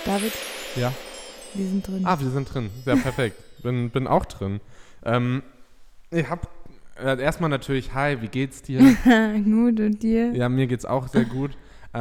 David, Ja. wir sind drin. Wir sind drin. Sehr perfekt. Bin auch drin. Ich hab erstmal natürlich, hi, wie geht's dir? Gut, und dir? Ja, mir geht's auch sehr gut.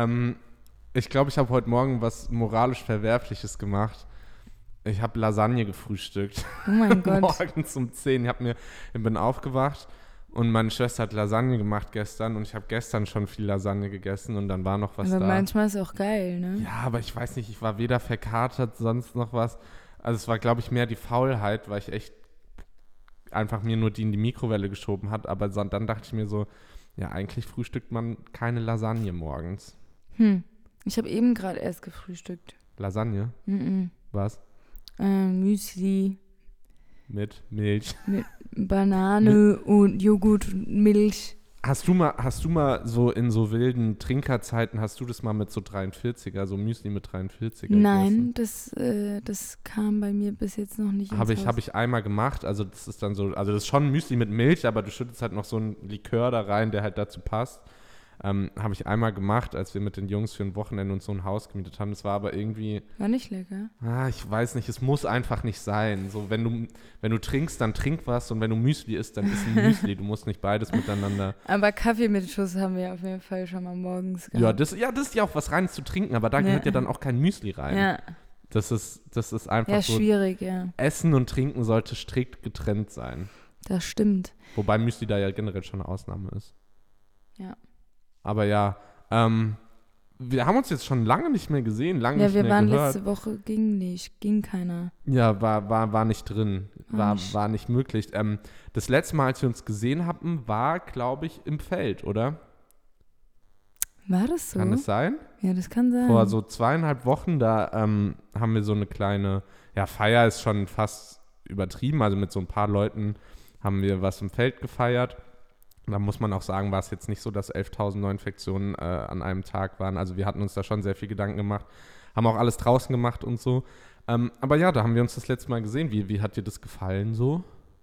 Ich glaube, ich habe heute Morgen was moralisch Verwerfliches gemacht. Ich habe Lasagne gefrühstückt. Oh mein Gott. Morgens um 10. Ich bin aufgewacht und meine Schwester hat Lasagne gemacht gestern und ich habe gestern schon viel Lasagne gegessen und dann war noch was Aber da. manchmal ist es auch geil, ne? Ja, aber ich weiß nicht, ich war weder verkatert, sonst noch was. Also es war, glaube ich, mehr die Faulheit, weil ich echt einfach mir nur die in die Mikrowelle geschoben hat. Aber dann dachte ich mir so, ja, eigentlich frühstückt man keine Lasagne morgens. Ich habe eben gerade erst gefrühstückt. Lasagne? Was? Müsli Mit Milch. mit Banane und Joghurt und Milch. Hast du mal so in so wilden Trinkerzeiten, hast du das mal mit so 43er, so Müsli mit 43er Nein, gegessen? das kam bei mir bis jetzt noch nicht ins Habe Haus. ich einmal gemacht, also das ist dann so, also das ist schon Müsli mit Milch, aber du schüttest halt noch so einen Likör da rein, der halt dazu passt. Habe ich einmal gemacht, als wir mit den Jungs für ein Wochenende uns so ein Haus gemietet haben. Das war aber irgendwie, War nicht lecker. ich weiß nicht, es muss einfach nicht sein. So, wenn du trinkst, dann trink was und wenn du Müsli isst, dann isst ein Müsli. Du musst nicht beides miteinander. Aber Kaffee mit Schuss haben wir auf jeden Fall schon mal morgens gehabt. Ja, das ist ja auch was Reines zu trinken, aber da gehört ja dann auch kein Müsli rein. Ja, Das ist einfach ja, so, schwierig, ja. Essen und Trinken sollte strikt getrennt sein. Das stimmt. Wobei Müsli da ja generell schon eine Ausnahme ist. Ja. Aber ja, wir haben uns jetzt schon lange nicht mehr gesehen, lange Ja, nicht wir mehr waren gehört. letzte Woche, ging keiner. Ja, war nicht drin, war nicht möglich. Das letzte Mal, als wir uns gesehen hatten, war, glaube ich, im Feld, oder? War das so? Kann es sein? Ja, das kann sein. Vor so 2,5 Wochen, da haben wir so eine kleine, ja, Feier ist schon fast übertrieben, also mit so ein paar Leuten haben wir was im Feld gefeiert. Da muss man auch sagen, war es jetzt nicht so, dass 11.000 Neuinfektionen an einem Tag waren. Also wir hatten uns da schon sehr viel Gedanken gemacht, haben auch alles draußen gemacht und so. Aber ja, da haben wir uns das letzte Mal gesehen. Wie hat dir das gefallen so?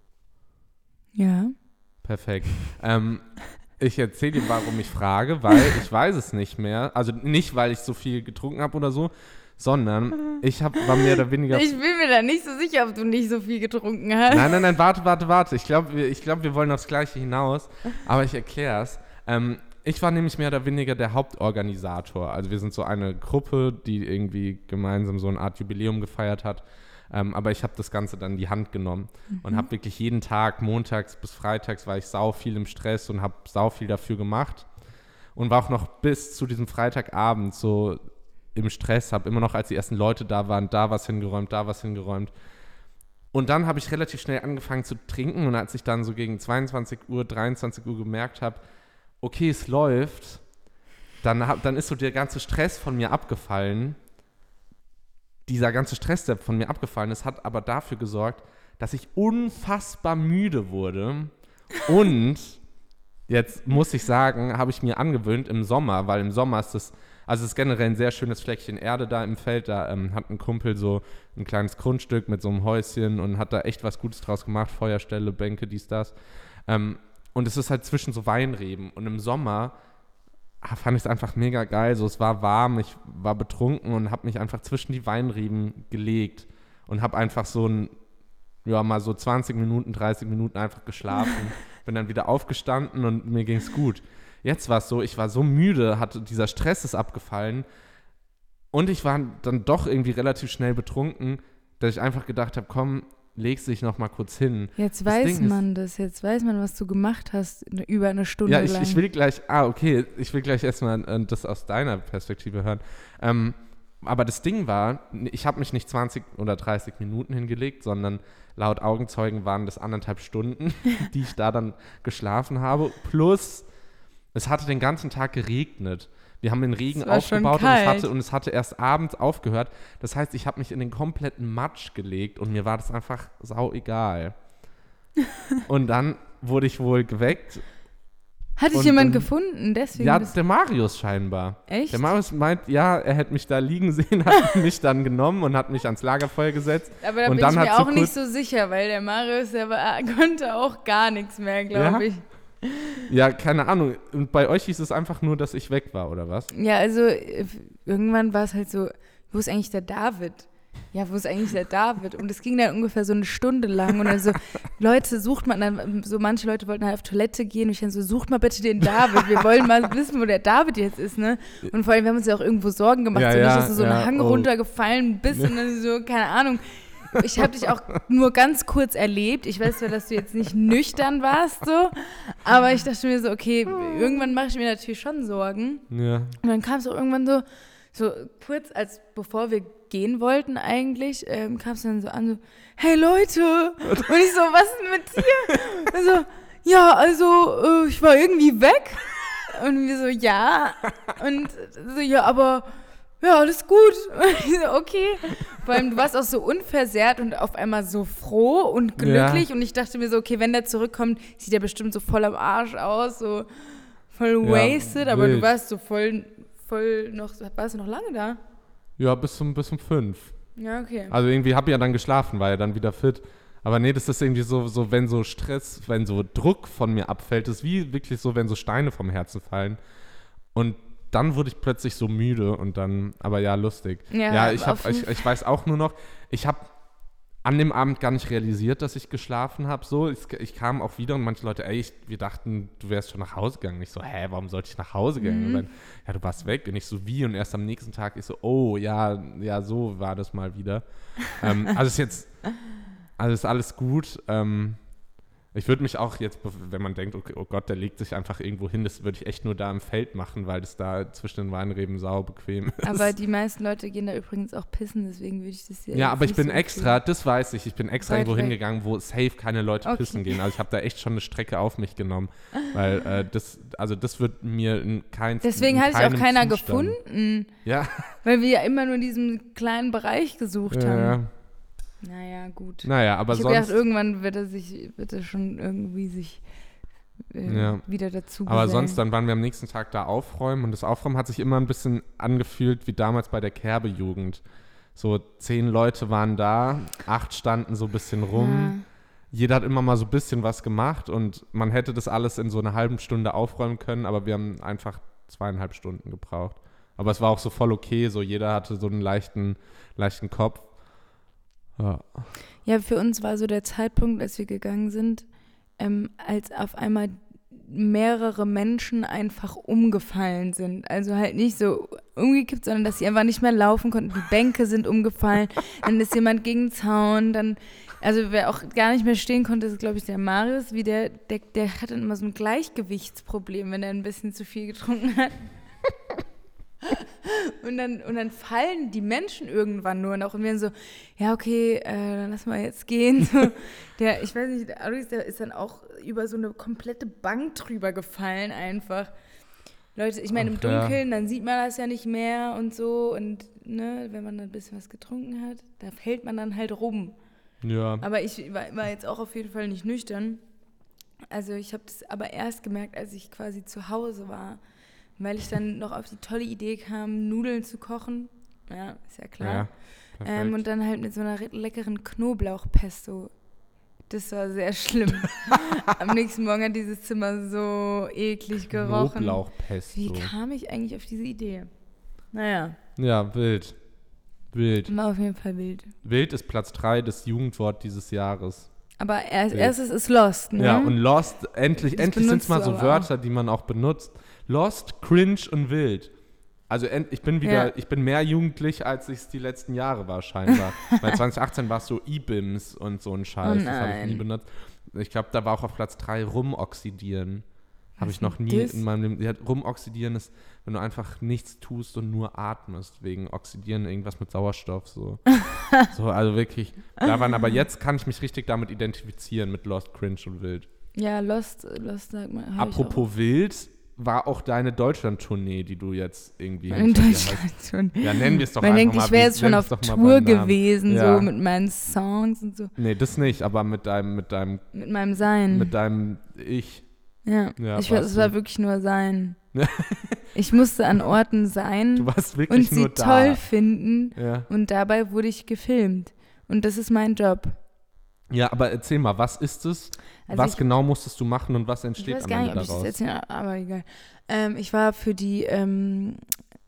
Ja. Perfekt. Ich erzähle dir, warum ich frage, weil ich weiß es nicht mehr. Also nicht, weil ich so viel getrunken habe oder so, sondern war mehr oder weniger... Ich bin mir da nicht so sicher, ob du nicht so viel getrunken hast. Nein, warte. Ich glaube, wir wollen aufs Gleiche hinaus, aber ich erkläre es. Ich war nämlich mehr oder weniger der Hauptorganisator. Also wir sind so eine Gruppe, die irgendwie gemeinsam so eine Art Jubiläum gefeiert hat. Aber ich habe das Ganze dann in die Hand genommen und habe wirklich jeden Tag, montags bis freitags, war ich sau viel im Stress und habe sau viel dafür gemacht. Und war auch noch bis zu diesem Freitagabend so im Stress, habe immer noch, als die ersten Leute da waren, da was hingeräumt. Und dann habe ich relativ schnell angefangen zu trinken und als ich dann so gegen 22 Uhr, 23 Uhr gemerkt habe, okay, es läuft, dann ist so der ganze Stress von mir abgefallen. Dieser ganze Stress, der von mir abgefallen ist, hat aber dafür gesorgt, dass ich unfassbar müde wurde. Und jetzt muss ich sagen, habe ich mir angewöhnt im Sommer, weil im Sommer ist es ist generell ein sehr schönes Fleckchen Erde da im Feld. Da hat ein Kumpel so ein kleines Grundstück mit so einem Häuschen und hat da echt was Gutes draus gemacht. Feuerstelle, Bänke, dies, das. Und es ist halt zwischen so Weinreben. Und im Sommer fand ich es einfach mega geil. So, es war warm, ich war betrunken und habe mich einfach zwischen die Weinreben gelegt und habe einfach mal so 20 Minuten, 30 Minuten einfach geschlafen. Bin dann wieder aufgestanden und mir ging es gut. Jetzt war es so, ich war so müde, dieser Stress ist abgefallen und ich war dann doch irgendwie relativ schnell betrunken, dass ich einfach gedacht habe, komm, legst dich noch mal kurz hin. Jetzt weiß man, was du gemacht hast über eine Stunde lang. Ja, ich will gleich, ich will gleich erstmal das aus deiner Perspektive hören. Aber das Ding war, ich habe mich nicht 20 oder 30 Minuten hingelegt, sondern laut Augenzeugen waren das 1,5 Stunden, die ich da dann geschlafen habe. Plus, es hatte den ganzen Tag geregnet. Wir haben den Regen aufgebaut und es hatte erst abends aufgehört. Das heißt, ich habe mich in den kompletten Matsch gelegt und mir war das einfach sau egal. Und dann wurde ich wohl geweckt. Hat dich jemand gefunden? Deswegen ja, der Marius scheinbar. Echt? Der Marius meint, ja, er hätte mich da liegen sehen, hat mich dann genommen und hat mich ans Lagerfeuer gesetzt. Aber da bin ich mir auch nicht so sicher, weil der Marius, konnte auch gar nichts mehr, glaube ich. Ja, keine Ahnung. Und bei euch hieß es einfach nur, dass ich weg war, oder was? Ja, also irgendwann war es halt so, wo ist eigentlich der David? Ja, wo ist eigentlich der David? Und es ging dann ungefähr so eine Stunde lang und dann so, Leute, sucht mal, dann so manche Leute wollten halt auf Toilette gehen und ich dann so, sucht mal bitte den David, wir wollen mal wissen, wo der David jetzt ist, ne? Und vor allem, wir haben uns ja auch irgendwo Sorgen gemacht, so nicht, dass du so einen Hang runtergefallen bist und dann so, keine Ahnung. Ich habe dich auch nur ganz kurz erlebt. Ich weiß zwar, dass du jetzt nicht nüchtern warst, so, aber ich dachte mir so, okay, irgendwann mache ich mir natürlich schon Sorgen. Ja. Und dann kam es auch irgendwann so kurz, bevor wir gehen wollten eigentlich, kam es dann so an, so, hey Leute! Und ich so, was ist denn mit dir? Also, ja, also, ich war irgendwie weg. Und wir so, ja. Und so, ja, aber, ja, alles gut. Und ich so, okay. Vor allem, du warst auch so unversehrt und auf einmal so froh und glücklich. Ja. Und ich dachte mir so, okay, wenn der zurückkommt, sieht er bestimmt so voll am Arsch aus, so voll wasted. Aber du warst so voll noch, warst du noch lange da? Ja, bis um 5. Ja, okay. Also irgendwie habe ich ja dann geschlafen, war ja dann wieder fit. Aber nee, das ist irgendwie so, wenn so Stress, wenn so Druck von mir abfällt, das ist wie wirklich so, wenn so Steine vom Herzen fallen. Und dann wurde ich plötzlich so müde und dann, aber ja, lustig. Ja, ich weiß auch nur noch, ich habe an dem Abend gar nicht realisiert, dass ich geschlafen habe. So, ich kam auch wieder und manche Leute, wir dachten, du wärst schon nach Hause gegangen. Ich so, warum sollte ich nach Hause gegangen sein? Ja, du warst weg. Und ich so, wie? Und erst am nächsten Tag, ich so, oh, ja, so war das mal wieder. Also ist alles gut. Ich würde mich auch jetzt, wenn man denkt, okay, oh Gott, der legt sich einfach irgendwo hin, das würde ich echt nur da im Feld machen, weil das da zwischen den Weinreben sau bequem ist. Aber die meisten Leute gehen da übrigens auch pissen, deswegen würde ich das hier. Ja, aber ich bin extra, das weiß ich bin extra irgendwo hingegangen, wo safe keine Leute pissen gehen. Also ich habe da echt schon eine Strecke auf mich genommen, weil das wird mir in keinem Deswegen hatte ich auch keiner gefunden. Ja. Weil wir ja immer nur in diesem kleinen Bereich gesucht haben. Ja. Naja, gut. Naja, aber ich habe gedacht, irgendwann wird er schon irgendwie sich wieder dazu gesellen. Aber sonst, dann waren wir am nächsten Tag da aufräumen und das Aufräumen hat sich immer ein bisschen angefühlt wie damals bei der Kerbe-Jugend. So 10 Leute waren da, 8 standen so ein bisschen rum. Ja. Jeder hat immer mal so ein bisschen was gemacht und man hätte das alles in so einer halben Stunde aufräumen können, aber wir haben einfach 2,5 Stunden gebraucht. Aber es war auch so voll okay, so jeder hatte so einen leichten Kopf. Ja, für uns war so der Zeitpunkt, als wir gegangen sind, als auf einmal mehrere Menschen einfach umgefallen sind. Also halt nicht so umgekippt, sondern dass sie einfach nicht mehr laufen konnten. Die Bänke sind umgefallen, dann ist jemand gegen den Zaun, also wer auch gar nicht mehr stehen konnte, ist, glaube ich, der Marius, der hat dann immer so ein Gleichgewichtsproblem, wenn er ein bisschen zu viel getrunken hat. Und dann fallen die Menschen irgendwann nur noch und wir so, ja, okay, dann lass mal jetzt gehen. So, ich weiß nicht, der Alois, der ist dann auch über so eine komplette Bank drüber gefallen einfach. Leute, ich meine, im Dunkeln, dann sieht man das ja nicht mehr und so und ne, wenn man dann ein bisschen was getrunken hat, da fällt man dann halt rum. Ja. Aber ich war jetzt auch auf jeden Fall nicht nüchtern. Also ich habe das aber erst gemerkt, als ich quasi zu Hause war. Weil ich dann noch auf die tolle Idee kam, Nudeln zu kochen. Ja, ist ja klar. Ja, und dann halt mit so einer leckeren Knoblauchpesto. Das war sehr schlimm. Am nächsten Morgen hat dieses Zimmer so eklig gerochen. Knoblauchpesto. Wie kam ich eigentlich auf diese Idee? Naja. Ja, wild. War auf jeden Fall wild. Wild ist Platz 3 des Jugendwort dieses Jahres. Aber erstes ist Lost, ne? Ja, und Lost, endlich sind es mal so Wörter, die man auch benutzt. Lost, cringe und wild. Also ich bin mehr jugendlich, als ich es die letzten Jahre war scheinbar. Weil 2018 war es so E-Bims und so ein Scheiß. Das habe ich nie benutzt. Ich glaube, da war auch auf Platz 3 rumoxidieren. Habe ich noch nie in meinem Leben. Ja, rumoxidieren ist, wenn du einfach nichts tust und nur atmest. Wegen Oxidieren irgendwas mit Sauerstoff. So, also wirklich. Aber jetzt kann ich mich richtig damit identifizieren, mit Lost, cringe und wild. Ja, Lost sagt man. Apropos wild, war auch deine Deutschland-Tournee, die du jetzt irgendwie in Deutschland. Ja, nennen wir es doch einfach mal. Man denkt, ich wäre jetzt schon auf Tour gewesen, ja. So mit meinen Songs und so. Nee, das nicht, aber mit deinem mit meinem Sein. Mit deinem Ich. Ja, es war wirklich nur Sein. Ich musste an Orten sein. Du warst wirklich und nur sie toll finden. Ja. Und dabei wurde ich gefilmt. Und das ist mein Job. Ja, aber erzähl mal, was ist es? Also was genau musstest du machen und was entsteht am Ende daraus? Ich weiß gar nicht, ob ich das erzähle, aber egal. Ich war für die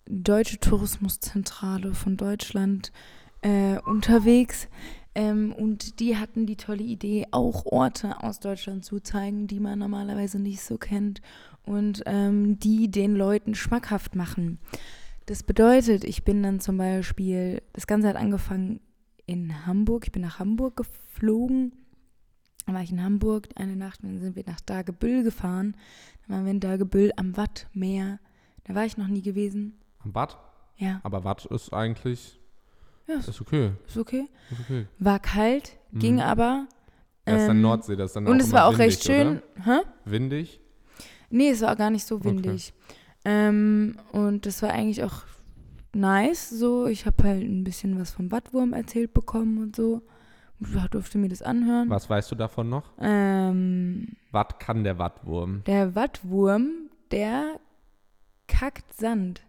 Deutsche Tourismuszentrale von Deutschland unterwegs. Und die hatten die tolle Idee, auch Orte aus Deutschland zu zeigen, die man normalerweise nicht so kennt und die den Leuten schmackhaft machen. Das bedeutet, ich bin dann zum Beispiel, das Ganze hat angefangen in Hamburg. Ich bin nach Hamburg geflogen. Dann war ich in Hamburg eine Nacht, dann sind wir nach Dagebüll gefahren. Dann waren wir in Dagebüll am Wattmeer. Da war ich noch nie gewesen. Am Watt? Ja. Aber Watt ist eigentlich... Ja, ist okay. Ist okay. Ist okay. War kalt, ging aber. Das ist dann Nordsee, das ist dann und auch es war auch windig, recht schön. Hä? Windig? Nee, es war gar nicht so windig. Und das war eigentlich auch nice. So, ich habe halt ein bisschen was vom Wattwurm erzählt bekommen und so. Ich durfte mir das anhören. Was weißt du davon noch? Was kann der Wattwurm? Der Wattwurm, der kackt Sand.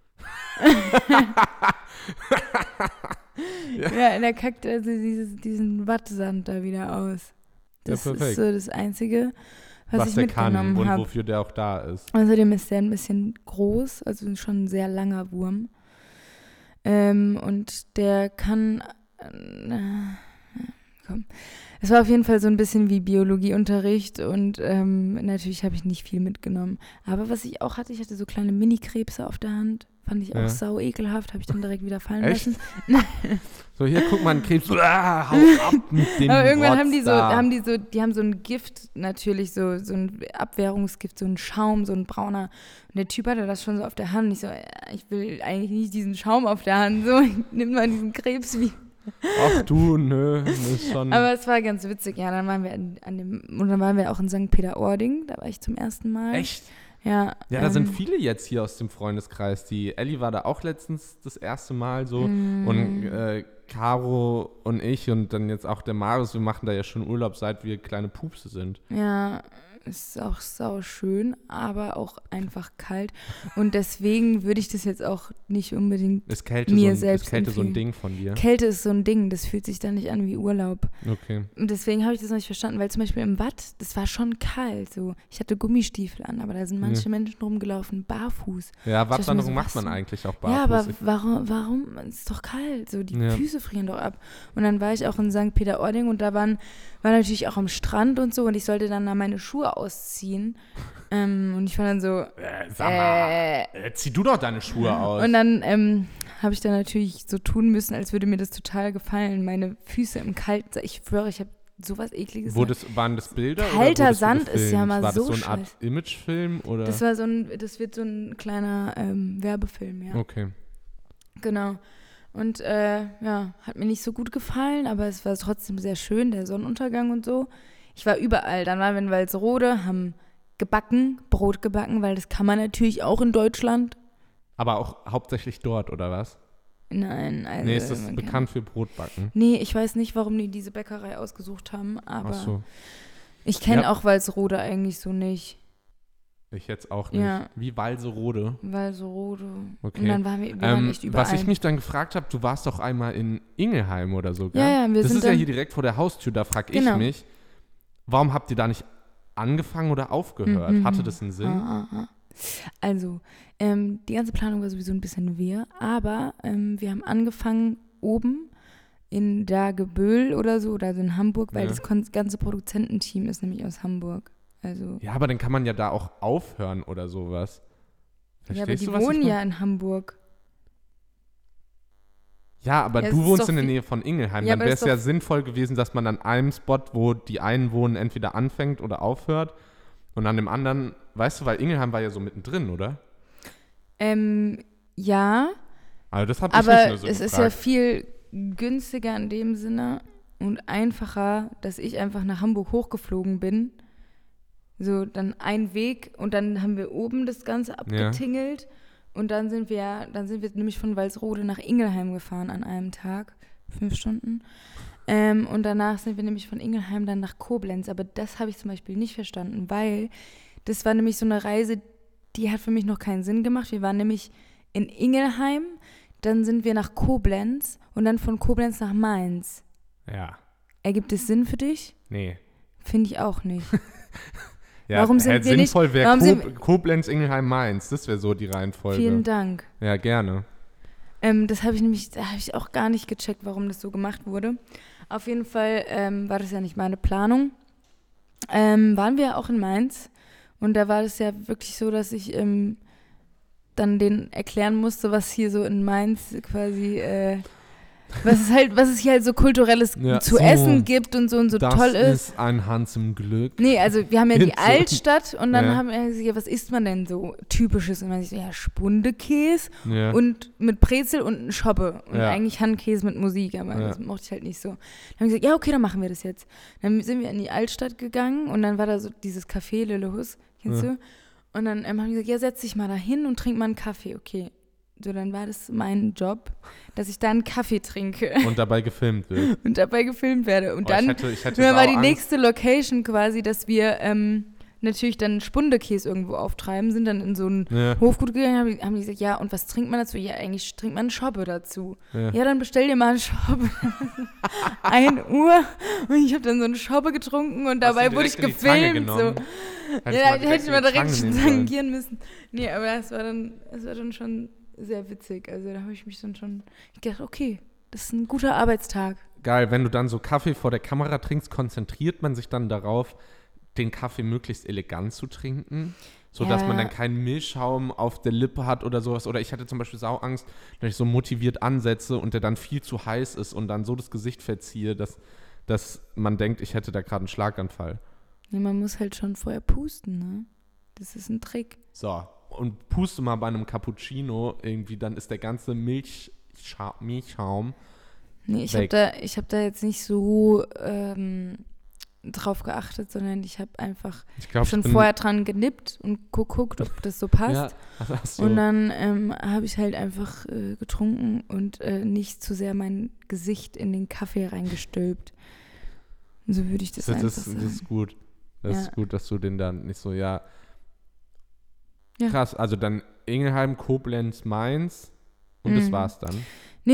Ja, der kackt also diesen Wattsand da wieder aus. Das ist so das Einzige, was ich mitgenommen habe. Und wofür der auch da ist. Außerdem ist der ein bisschen groß, also schon ein sehr langer Wurm. Und der kann... komm. Es war auf jeden Fall so ein bisschen wie Biologieunterricht und natürlich habe ich nicht viel mitgenommen. Aber was ich auch hatte, ich hatte so kleine Mini-Krebse auf der Hand. Fand ich auch sau ekelhaft, habe ich dann direkt wieder fallen lassen. So, hier, guck mal, ein Krebs. Hau ab mit dem Aber irgendwann Rotz haben so ein Gift natürlich, so ein Abwehrungsgift, so ein Schaum, so ein brauner. Und der Typ hatte das schon so auf der Hand. Ich so, ich will eigentlich nicht diesen Schaum auf der Hand. So, nimm mal diesen Krebs wie. Ach du, nö, das ist schon... Aber es war ganz witzig, ja. Dann waren wir und dann waren wir auch in St. Peter-Ording. Da war ich zum ersten Mal. Echt? Ja. Ja, da sind viele jetzt hier aus dem Freundeskreis. Die Ellie war da auch letztens das erste Mal so. Und Caro und ich und dann jetzt auch der Marius, wir machen da ja schon Urlaub, seit wir kleine Pupse sind. Ja, ist auch sau schön, aber auch einfach kalt. Und deswegen würde ich das jetzt auch nicht unbedingt mir selbst Ist Kälte empfehlen. so ein Ding von dir? Kälte ist so ein Ding, das fühlt sich dann nicht an wie Urlaub. Okay. Und deswegen habe ich das noch nicht verstanden, weil zum Beispiel im Watt, das war schon kalt. So. Ich hatte Gummistiefel an, aber da sind manche Menschen rumgelaufen, barfuß. Ja, Wattwanderung macht man eigentlich auch barfuß. Ja, aber warum? Es ist doch kalt. So, die Füße frieren doch ab. Und dann war ich auch in St. Peter-Ording und da war natürlich auch am Strand und so und ich sollte dann da meine Schuhe ausziehen. Und ich war dann so, sag mal, zieh du doch deine Schuhe aus. Und dann habe ich dann natürlich so tun müssen, als würde mir das total gefallen. Meine Füße im Kalten, ich schwöre, ich habe sowas Ekliges. Waren das Bilder? Kalter oder Sand ist ja mal war so das so eine Art Imagefilm? Oder? Das wird so ein kleiner Werbefilm, ja. Okay. Genau. Und hat mir nicht so gut gefallen, aber es war trotzdem sehr schön, der Sonnenuntergang und so. Ich war überall. Dann waren wir in Walsrode, haben Brot gebacken, weil das kann man natürlich auch in Deutschland. Aber auch hauptsächlich dort, oder was? Nein, also... Nee, ist das bekannt für Brotbacken? Nee, ich weiß nicht, warum die diese Bäckerei ausgesucht haben, aber ach so. Ich kenne auch Walsrode eigentlich so nicht. Ich jetzt auch nicht. Ja. Wie Walserode? Walserode. Okay. Und dann waren wir echt überall. Was ich mich dann gefragt habe, du warst doch einmal in Ingelheim oder so, gell? Ja, das ist ja hier direkt vor der Haustür, da frage ich mich, warum habt ihr da nicht angefangen oder aufgehört? Hatte das einen Sinn? Also, die ganze Planung war sowieso ein bisschen wirr, aber wir haben angefangen oben in Dagebüll oder so in Hamburg, weil das ganze Produzententeam ist nämlich aus Hamburg. Also, ja, aber dann kann man ja da auch aufhören oder sowas. Verstehst du, aber die wohnen ja in Hamburg. Ja, aber du wohnst in der Nähe von Ingelheim. Dann wäre es ja sinnvoll gewesen, dass man an einem Spot, wo die einen wohnen, entweder anfängt oder aufhört. Und an dem anderen, weißt du, weil Ingelheim war ja so mittendrin, oder? Ja. Also das habe ich aber nicht nur so es gefragt. Ist ja viel günstiger in dem Sinne und einfacher, dass ich einfach nach Hamburg hochgeflogen bin. So, dann ein Weg und dann haben wir oben das Ganze abgetingelt und dann sind wir nämlich von Walsrode nach Ingelheim gefahren an einem Tag, 5 Stunden. Und danach sind wir nämlich von Ingelheim dann nach Koblenz, aber das habe ich zum Beispiel nicht verstanden, weil das war nämlich so eine Reise, die hat für mich noch keinen Sinn gemacht. Wir waren nämlich in Ingelheim, dann sind wir nach Koblenz und dann von Koblenz nach Mainz. Ja. Ergibt es Sinn für dich? Nee. Finde ich auch nicht. Ja, warum sind wir nicht... sinnvoll wäre Koblenz, Ingelheim, Mainz. Das wäre so die Reihenfolge. Vielen Dank. Ja, gerne. Das habe ich auch gar nicht gecheckt, warum das so gemacht wurde. Auf jeden Fall war das ja nicht meine Planung. Waren wir auch in Mainz und da war das ja wirklich so, dass ich dann denen erklären musste, was hier so in Mainz quasi, was es hier halt so kulturelles zu essen gibt und so toll ist. Das ist ein Hans im Glück. Nee, also wir haben ja die Altstadt und dann haben wir gesagt, ja, was isst man denn so Typisches? Und man sagt, ja, Spundekäse und mit Brezel und ein Schoppe und eigentlich Handkäse mit Musik, aber das mochte ich halt nicht so. Dann haben wir gesagt, ja, okay, dann machen wir das jetzt. Dann sind wir in die Altstadt gegangen und dann war da so dieses Café Lillehus, kennst du? Und dann haben die gesagt, ja, setz dich mal da hin und trink mal einen Kaffee, okay. So, dann war das mein Job, dass ich da einen Kaffee trinke. Und dabei gefilmt wird. Und dabei gefilmt werde. Und dann ich hätte war die nächste Location quasi, dass wir natürlich dann Spundekäse irgendwo auftreiben, sind dann in so einen Hofgut gegangen, haben die gesagt, ja, und was trinkt man dazu? Ja, eigentlich trinkt man einen Schoppe dazu. Ja, dann bestell dir mal einen Schoppe. 1 Uhr und ich habe dann so einen Schoppe getrunken und dabei wurde ich gefilmt. So. Ja, hätte ich mal direkt schon tangieren müssen. Nee, aber das war dann schon sehr witzig. Also da habe ich mich dann schon gedacht, okay, das ist ein guter Arbeitstag. Geil, wenn du dann so Kaffee vor der Kamera trinkst, konzentriert man sich dann darauf, den Kaffee möglichst elegant zu trinken, sodass man dann keinen Milchschaum auf der Lippe hat oder sowas. Oder ich hatte zum Beispiel Sauangst, dass ich so motiviert ansetze und der dann viel zu heiß ist und dann so das Gesicht verziehe, dass man denkt, ich hätte da gerade einen Schlaganfall. Nee, man muss halt schon vorher pusten, ne? Das ist ein Trick. So, und puste mal bei einem Cappuccino irgendwie, dann ist der ganze Milchschaum Nee, ich hab da jetzt nicht so drauf geachtet, sondern ich habe einfach schon vorher dran genippt und geguckt, ob das so passt. Ja, so. Und dann habe ich halt einfach getrunken und nicht zu sehr mein Gesicht in den Kaffee reingestülpt. Und so würde ich das einfach sagen. Das ist gut. Das ist gut, dass du den dann nicht so, Krass, also dann Ingelheim, Koblenz, Mainz und das war's dann? Nee.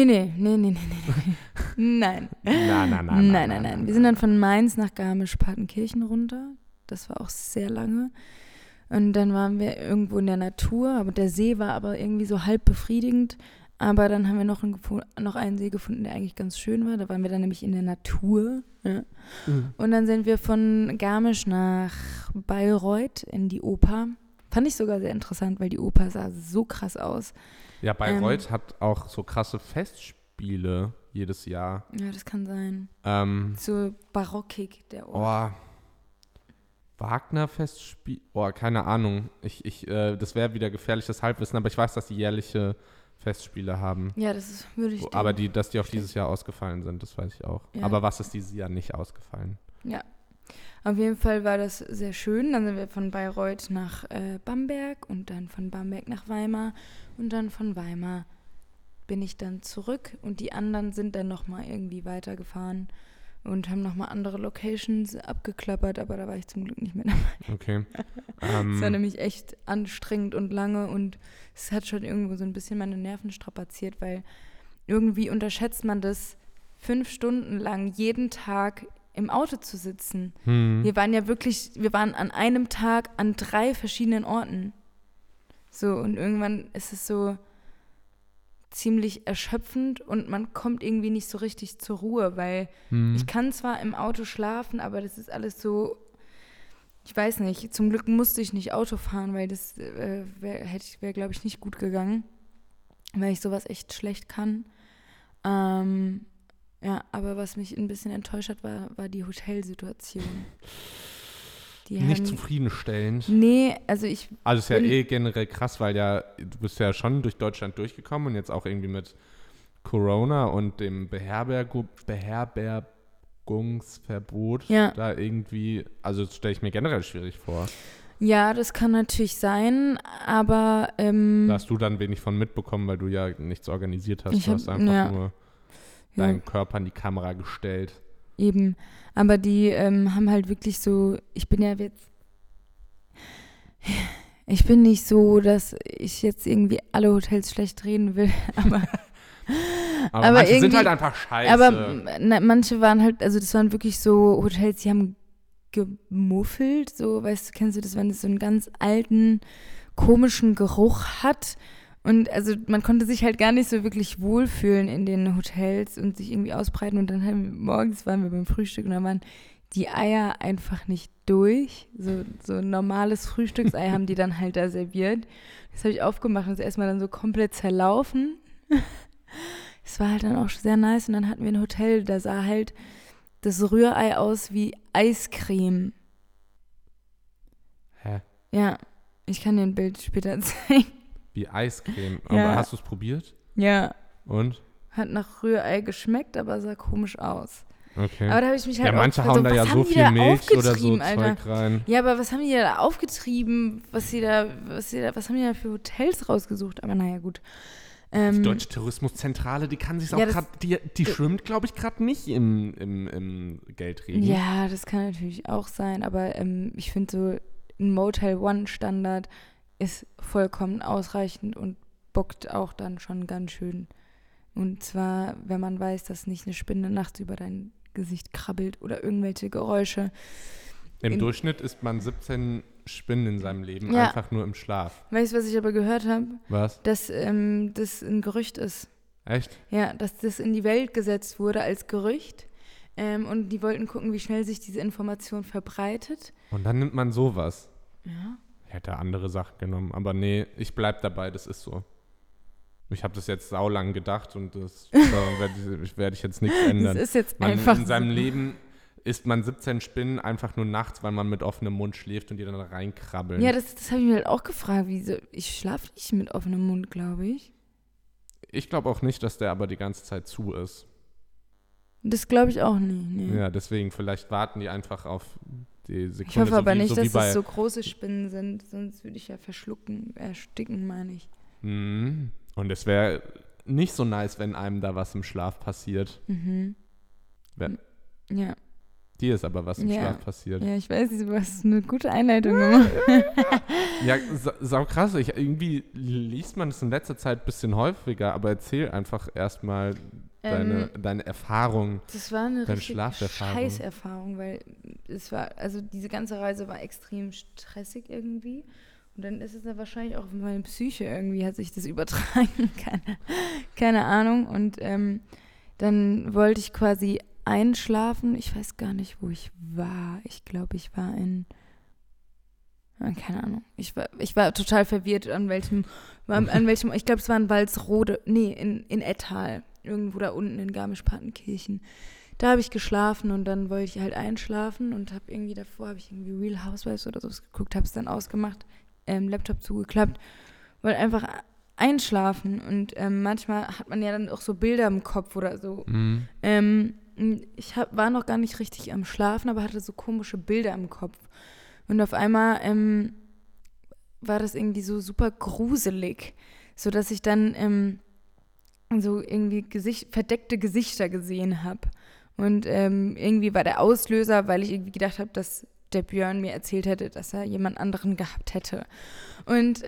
Nein. Nein. Wir sind dann von Mainz nach Garmisch-Partenkirchen runter. Das war auch sehr lange. Und dann waren wir irgendwo in der Natur, aber der See war aber irgendwie so halb befriedigend. Aber dann haben wir noch einen See gefunden, der eigentlich ganz schön war. Da waren wir dann nämlich in der Natur. Ja. Und dann sind wir von Garmisch nach Bayreuth in die Oper. Fand ich sogar sehr interessant, weil die Oper sah so krass aus. Ja, Bayreuth hat auch so krasse Festspiele jedes Jahr. Ja, das kann sein. So barockig, der Ort. Wagner-Festspiel? Keine Ahnung. Das wäre wieder gefährliches Halbwissen, aber ich weiß, dass die jährliche Festspiele haben. Ja, das würde ich aber dass die auch dieses Jahr ausgefallen sind, das weiß ich auch. Ja. Aber was ist dieses Jahr nicht ausgefallen? Ja. Auf jeden Fall war das sehr schön. Dann sind wir von Bayreuth nach Bamberg und dann von Bamberg nach Weimar. Und dann von Weimar bin ich dann zurück und die anderen sind dann nochmal irgendwie weitergefahren und haben nochmal andere Locations abgeklappert, aber da war ich zum Glück nicht mehr dabei. Okay. Es war nämlich echt anstrengend und lange und es hat schon irgendwo so ein bisschen meine Nerven strapaziert, weil irgendwie unterschätzt man das, 5 Stunden lang jeden Tag im Auto zu sitzen. Wir waren an einem Tag an 3 verschiedenen Orten. So, und irgendwann ist es so ziemlich erschöpfend und man kommt irgendwie nicht so richtig zur Ruhe, weil ich kann zwar im Auto schlafen, aber das ist alles so, ich weiß nicht, zum Glück musste ich nicht Auto fahren, weil das wäre, glaube ich, nicht gut gegangen, weil ich sowas echt schlecht kann. Ja, aber was mich ein bisschen enttäuscht hat, war die Hotelsituation. Nicht zufriedenstellend. Nee, also ich... Also ist ja generell krass, weil du bist ja schon durch Deutschland durchgekommen und jetzt auch irgendwie mit Corona und dem Beherbergungsverbot da irgendwie, also das stelle ich mir generell schwierig vor. Ja, das kann natürlich sein, aber... da hast du dann wenig von mitbekommen, weil du ja nichts organisiert hast. Du hast einfach nur deinen Körper an die Kamera gestellt. Eben, aber die haben halt wirklich so, ich bin nicht so, dass ich jetzt irgendwie alle Hotels schlecht reden will, aber manche sind halt einfach scheiße. Aber manche waren halt, also das waren wirklich so Hotels, die haben gemuffelt, so, weißt du, kennst du das, wenn es so einen ganz alten, komischen Geruch hat und also man konnte sich halt gar nicht so wirklich wohlfühlen in den Hotels und sich irgendwie ausbreiten und dann morgens waren wir beim Frühstück und da waren die Eier einfach nicht durch, so ein normales Frühstücksei haben die dann halt da serviert. Das habe ich aufgemacht und ist erstmal dann so komplett zerlaufen. Es war halt dann auch sehr nice und dann hatten wir ein Hotel, da sah halt das Rührei aus wie Eiscreme. Hä? Ja, ich kann dir ein Bild später zeigen. Wie Eiscreme. Ja. Aber hast du es probiert? Ja. Und? Hat nach Rührei geschmeckt, aber sah komisch aus. Okay. Aber da habe ich mich halt ja, manche auch hauen da was ja haben so die viel da Milch oder so aufgetrieben, Alter? Zeug rein. Ja, aber was haben die da aufgetrieben? Was haben die da für Hotels rausgesucht? Aber naja, gut. Die Deutsche Tourismuszentrale, die kann sich auch gerade, die schwimmt, glaube ich, gerade nicht im Geldregen. Ja, das kann natürlich auch sein, aber ich finde so ein Motel One Standard ist vollkommen ausreichend und bockt auch dann schon ganz schön. Und zwar, wenn man weiß, dass nicht eine Spinne nachts über dein Gesicht krabbelt oder irgendwelche Geräusche. Im Durchschnitt isst man 17 Spinnen in seinem Leben, Ja. einfach nur im Schlaf. Weißt du, was ich aber gehört habe? Was? Dass das ein Gerücht ist. Echt? Ja, dass das in die Welt gesetzt wurde als Gerücht. Und die wollten gucken, wie schnell sich diese Information verbreitet. Und dann nimmt man sowas. Ja. Ich hätte andere Sachen genommen, aber nee, ich bleib dabei, das ist so. Ich habe das jetzt saulang gedacht und das werde ich jetzt nichts ändern. Das ist jetzt einfach in seinem so. Leben isst man 17 Spinnen einfach nur nachts, weil man mit offenem Mund schläft und die dann reinkrabbeln. Ja, das habe ich mir halt auch gefragt. Wieso? Ich schlafe nicht mit offenem Mund, glaube ich. Ich glaube auch nicht, dass der aber die ganze Zeit zu ist. Das glaube ich auch nicht. Nee. Ja, deswegen, vielleicht warten die einfach auf die Sekunde. Ich hoffe aber nicht, dass wie das so große Spinnen sind, sonst würde ich ja ersticken, meine ich. Mhm. Und es wäre nicht so nice, wenn einem da was im Schlaf passiert. Mhm. Ja. Dir ist aber was im Ja. Schlaf passiert. Ja, ich weiß, du hast eine gute Einleitung gemacht. Ja, sau krass. Irgendwie liest man es in letzter Zeit ein bisschen häufiger, aber erzähl einfach erstmal deine Erfahrung. Das war eine Deine richtig Schlaferfahrung. Scheißerfahrung, weil also diese ganze Reise war extrem stressig irgendwie. Und dann ist es ja wahrscheinlich auch auf meine Psyche irgendwie, hat sich das übertragen. Keine Ahnung. Und dann wollte ich quasi einschlafen. Ich weiß gar nicht, wo ich war. Ich glaube, ich war keine Ahnung. Ich war total verwirrt, an welchem, ich glaube, es war in Walsrode, nee, in Ettal, irgendwo da unten in Garmisch-Partenkirchen. Da habe ich geschlafen und dann wollte ich halt einschlafen und habe irgendwie Real Housewives oder so geguckt, habe es dann ausgemacht, Laptop zugeklappt, wollte einfach einschlafen und manchmal hat man ja dann auch so Bilder im Kopf oder so. Mhm. Ich war noch gar nicht richtig am Schlafen, aber hatte so komische Bilder im Kopf. Und auf einmal war das irgendwie so super gruselig, sodass ich dann so irgendwie verdeckte Gesichter gesehen habe. Und irgendwie war der Auslöser, weil ich irgendwie gedacht habe, dass der Björn mir erzählt hätte, dass er jemand anderen gehabt hätte. Und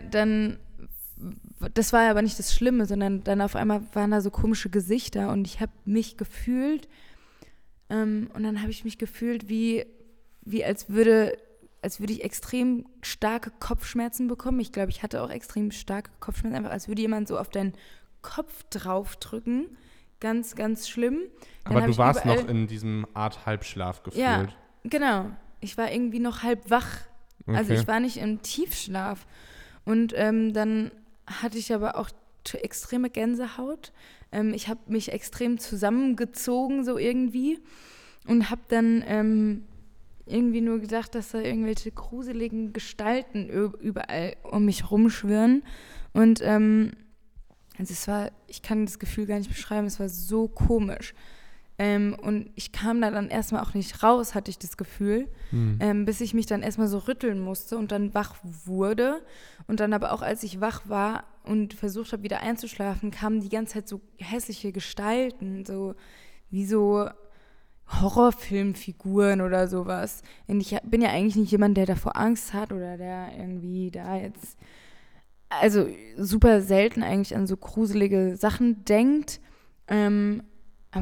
das war aber nicht das Schlimme, sondern dann auf einmal waren da so komische Gesichter und ich habe mich gefühlt, und dann habe ich mich gefühlt, wie als würde ich extrem starke Kopfschmerzen bekommen. Ich glaube, ich hatte auch extrem starke Kopfschmerzen, einfach als würde jemand so auf deinen Kopf draufdrücken. Ganz, ganz schlimm. Dann Aber du warst noch in diesem Art Halbschlaf gefühlt. Ja, genau. Ich war irgendwie noch halb wach. Okay. Also ich war nicht im Tiefschlaf. Und dann hatte ich aber auch extreme Gänsehaut. Ich habe mich extrem zusammengezogen so irgendwie und habe dann irgendwie nur gedacht, dass da irgendwelche gruseligen Gestalten überall um mich rumschwirren. Und also ich kann das Gefühl gar nicht beschreiben, es war so komisch. Und ich kam da dann erstmal auch nicht raus, hatte ich das Gefühl, bis ich mich dann erstmal so rütteln musste und dann wach wurde. Und dann aber auch, als ich wach war und versucht habe, wieder einzuschlafen, kamen die ganze Zeit so hässliche Gestalten, so wie so Horrorfilmfiguren oder sowas. Und ich bin ja eigentlich nicht jemand, der davor Angst hat oder der irgendwie da jetzt, also super selten eigentlich an so gruselige Sachen denkt. Aber dann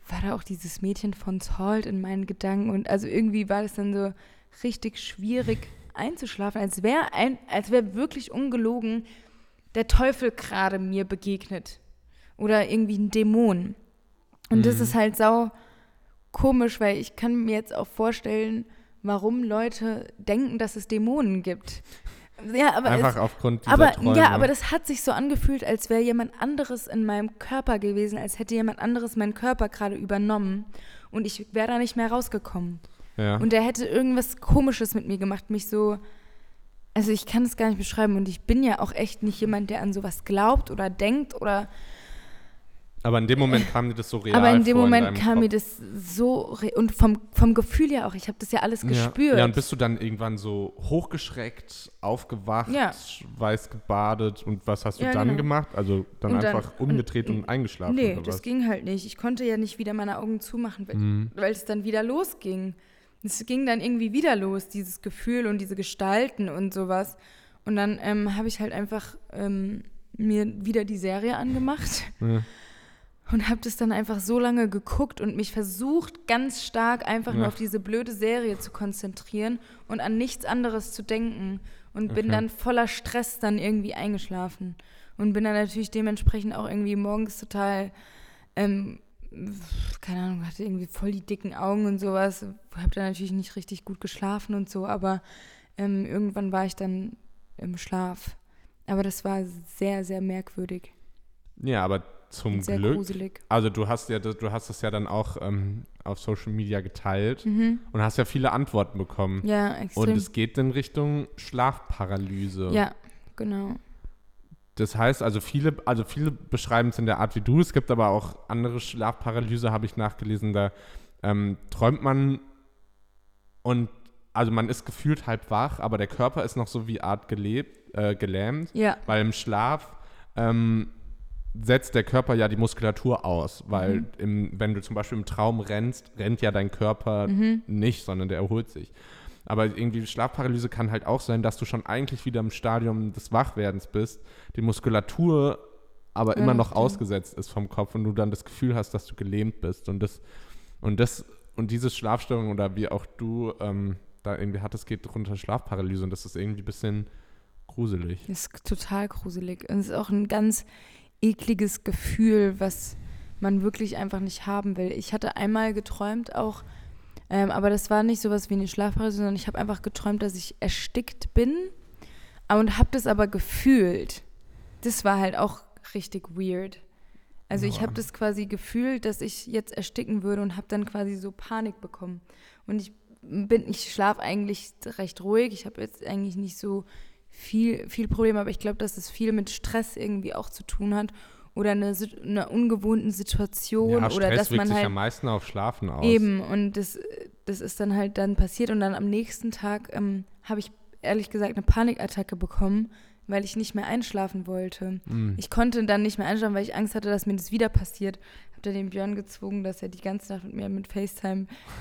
war da auch dieses Mädchen von Salt in meinen Gedanken und also irgendwie war das dann so richtig schwierig einzuschlafen, als wäre wirklich ungelogen der Teufel gerade mir begegnet oder irgendwie ein Dämon. Und das ist halt sau komisch, weil ich kann mir jetzt auch vorstellen, warum Leute denken, dass es Dämonen gibt. Ja, aber einfach aufgrund dieser Träume. Ja, aber das hat sich so angefühlt, als wäre jemand anderes in meinem Körper gewesen, als hätte jemand anderes meinen Körper gerade übernommen und ich wäre da nicht mehr rausgekommen. Ja. Und der hätte irgendwas Komisches mit mir gemacht, mich so, also ich kann es gar nicht beschreiben und ich bin ja auch echt nicht jemand, der an sowas glaubt oder denkt oder. Aber in dem Moment kam dir das so real vor. Aber in dem Moment in kam Kopf. mir das so, und vom Gefühl ja auch, ich habe das ja alles gespürt. Ja, und bist du dann irgendwann so hochgeschreckt, aufgewacht, weiß gebadet und was hast du dann gemacht? Also dann und einfach umgedreht und eingeschlafen nee, oder was? Das ging halt nicht. Ich konnte ja nicht wieder meine Augen zumachen, weil es dann wieder losging. Es ging dann irgendwie wieder los, dieses Gefühl und diese Gestalten und sowas. Und dann habe ich halt einfach mir wieder die Serie angemacht. Ja. Und habe das dann einfach so lange geguckt und mich versucht, ganz stark einfach nur auf diese blöde Serie zu konzentrieren und an nichts anderes zu denken. Und bin dann voller Stress dann irgendwie eingeschlafen. Und bin dann natürlich dementsprechend auch irgendwie morgens total, keine Ahnung, hatte irgendwie voll die dicken Augen und sowas. Habe dann natürlich nicht richtig gut geschlafen und so, aber irgendwann war ich dann im Schlaf. Aber das war sehr, sehr merkwürdig. Ja, aber zum sehr Glück. Gruselig. Also du hast es ja dann auch auf Social Media geteilt und hast ja viele Antworten bekommen. Ja, extrem. Und es geht in Richtung Schlafparalyse. Ja, genau. Das heißt, also viele beschreiben es in der Art wie du. Es gibt aber auch andere Schlafparalyse, habe ich nachgelesen. Da träumt man und also man ist gefühlt halb wach, aber der Körper ist noch so wie Art gelähmt. Ja. Weil im Schlaf setzt der Körper ja die Muskulatur aus, weil wenn du zum Beispiel im Traum rennst, rennt ja dein Körper nicht, sondern der erholt sich. Aber irgendwie Schlafparalyse kann halt auch sein, dass du schon eigentlich wieder im Stadium des Wachwerdens bist, die Muskulatur aber immer noch ausgesetzt ist vom Kopf und du dann das Gefühl hast, dass du gelähmt bist. Und diese Schlafstörung oder wie auch du da irgendwie hattest, geht drunter Schlafparalyse und das ist irgendwie ein bisschen gruselig. Das ist total gruselig. Und es ist auch ein ganz ekliges Gefühl, was man wirklich einfach nicht haben will. Ich hatte einmal geträumt auch, aber das war nicht sowas wie eine Schlafparalyse, sondern ich habe einfach geträumt, dass ich erstickt bin und habe das aber gefühlt. Das war halt auch richtig weird. Also ich habe das quasi gefühlt, dass ich jetzt ersticken würde und habe dann quasi so Panik bekommen. Und ich schlafe eigentlich recht ruhig. Ich habe jetzt eigentlich nicht so viel Probleme, aber ich glaube, dass es viel mit Stress irgendwie auch zu tun hat oder einer ungewohnten Situation ja, oder dass man wirkt sich halt am meisten auf Schlafen aus. Eben und das ist dann halt dann passiert und dann am nächsten Tag habe ich ehrlich gesagt eine Panikattacke bekommen, weil ich nicht mehr einschlafen wollte. Ich konnte dann nicht mehr einschlafen, weil ich Angst hatte, dass mir das wieder passiert. Habe dann den Björn gezwungen, dass er die ganze Nacht mit mir mit FaceTime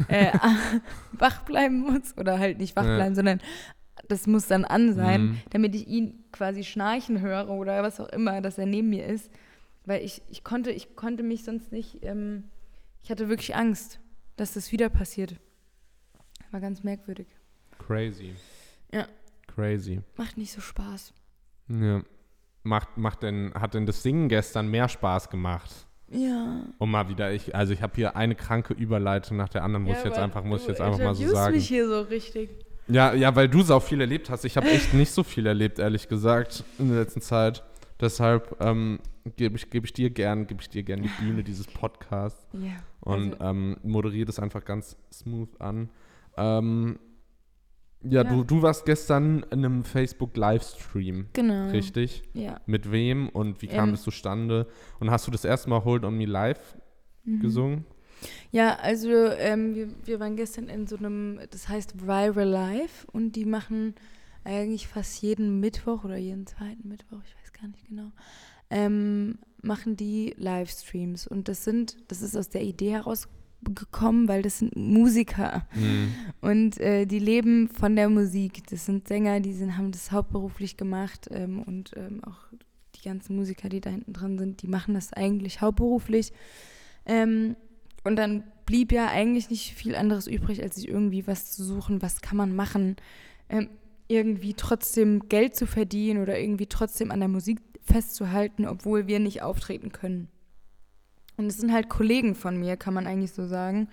wach bleiben muss oder halt nicht wach bleiben, sondern das muss dann an sein, damit ich ihn quasi schnarchen höre oder was auch immer, dass er neben mir ist. Weil ich konnte mich sonst nicht, ich hatte wirklich Angst, dass das wieder passiert. War ganz merkwürdig. Crazy. Ja. Crazy. Macht nicht so Spaß. Ja. Hat denn das Singen gestern mehr Spaß gemacht? Ja. Und mal wieder, ich habe hier eine kranke Überleitung nach der anderen, muss ich jetzt einfach mal so sagen. Du mich hier so richtig. Ja, weil du so viel erlebt hast. Ich habe echt nicht so viel erlebt, ehrlich gesagt, in der letzten Zeit. Deshalb gebe ich dir gern die Bühne dieses Podcasts und moderiere das einfach ganz smooth an. Du warst gestern in einem Facebook-Livestream. Genau. Richtig? Ja. Mit wem und wie kam das zustande? Und hast du das erste Mal Hold on Me live gesungen? Ja, also wir waren gestern in so einem, das heißt Viral Live und die machen eigentlich fast jeden Mittwoch oder jeden zweiten Mittwoch, ich weiß gar nicht genau, machen die Livestreams und das ist aus der Idee herausgekommen, weil das sind Musiker und die leben von der Musik. Das sind Sänger, die haben das hauptberuflich gemacht und auch die ganzen Musiker, die da hinten dran sind, die machen das eigentlich hauptberuflich. Und dann blieb ja eigentlich nicht viel anderes übrig, als sich irgendwie was zu suchen, was kann man machen, irgendwie trotzdem Geld zu verdienen oder irgendwie trotzdem an der Musik festzuhalten, obwohl wir nicht auftreten können. Und es sind halt Kollegen von mir, kann man eigentlich so sagen,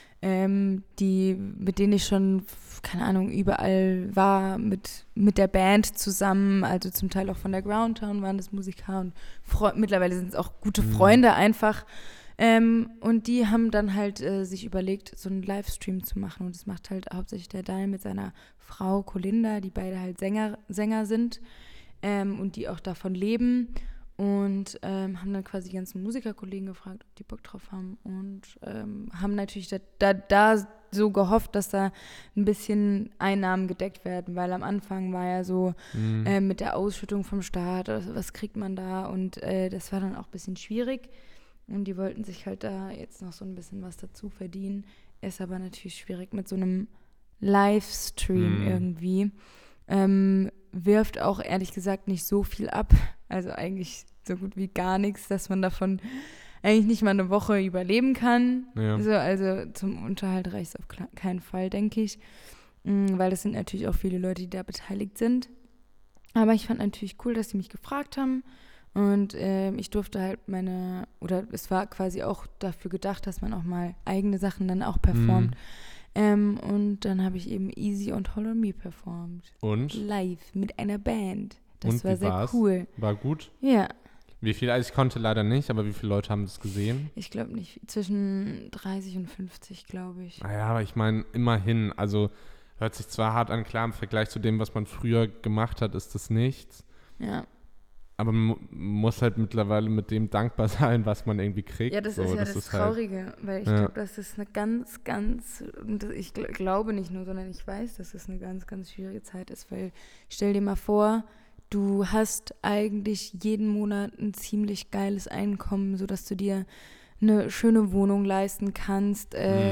mit denen ich schon, keine Ahnung, überall war, mit der Band zusammen, also zum Teil auch von der Groundtown waren das Musiker und mittlerweile sind es auch gute Freunde einfach. Und die haben dann halt sich überlegt, so einen Livestream zu machen. Und das macht halt hauptsächlich der Daniel mit seiner Frau Colinda, die beide halt Sänger sind und die auch davon leben. Und haben dann quasi die ganzen Musikerkollegen gefragt, ob die Bock drauf haben. Und haben natürlich da so gehofft, dass da ein bisschen Einnahmen gedeckt werden. Weil am Anfang war ja so mit der Ausschüttung vom Staat, was kriegt man da? Und das war dann auch ein bisschen schwierig. Und die wollten sich halt da jetzt noch so ein bisschen was dazu verdienen. Ist aber natürlich schwierig mit so einem Livestream irgendwie. Wirft auch ehrlich gesagt nicht so viel ab. Also eigentlich so gut wie gar nichts, dass man davon eigentlich nicht mal eine Woche überleben kann. Ja. So, also zum Unterhalt reicht es auf keinen Fall, denke ich. Weil das sind natürlich auch viele Leute, die da beteiligt sind. Aber ich fand natürlich cool, dass sie mich gefragt haben. Und ich durfte halt es war quasi auch dafür gedacht, dass man auch mal eigene Sachen dann auch performt. Und dann habe ich eben Easy und Hold on Me performt. Und? Live mit einer Band. Das und war sehr cool. War gut? Ja. Wie viel? Also ich konnte leider nicht, aber wie viele Leute haben das gesehen? Ich glaube nicht. Zwischen 30 und 50, glaube ich. Naja, aber ich meine, immerhin. Also hört sich zwar hart an, klar, im Vergleich zu dem, was man früher gemacht hat, ist das nichts. Ja. Aber man muss halt mittlerweile mit dem dankbar sein, was man irgendwie kriegt. Ja, das ist ja das Traurige, halt, weil ich glaube, das ist eine ganz, ganz, ich glaube nicht nur, sondern ich weiß, dass es eine ganz, ganz schwierige Zeit ist, weil stell dir mal vor, du hast eigentlich jeden Monat ein ziemlich geiles Einkommen, sodass du dir eine schöne Wohnung leisten kannst,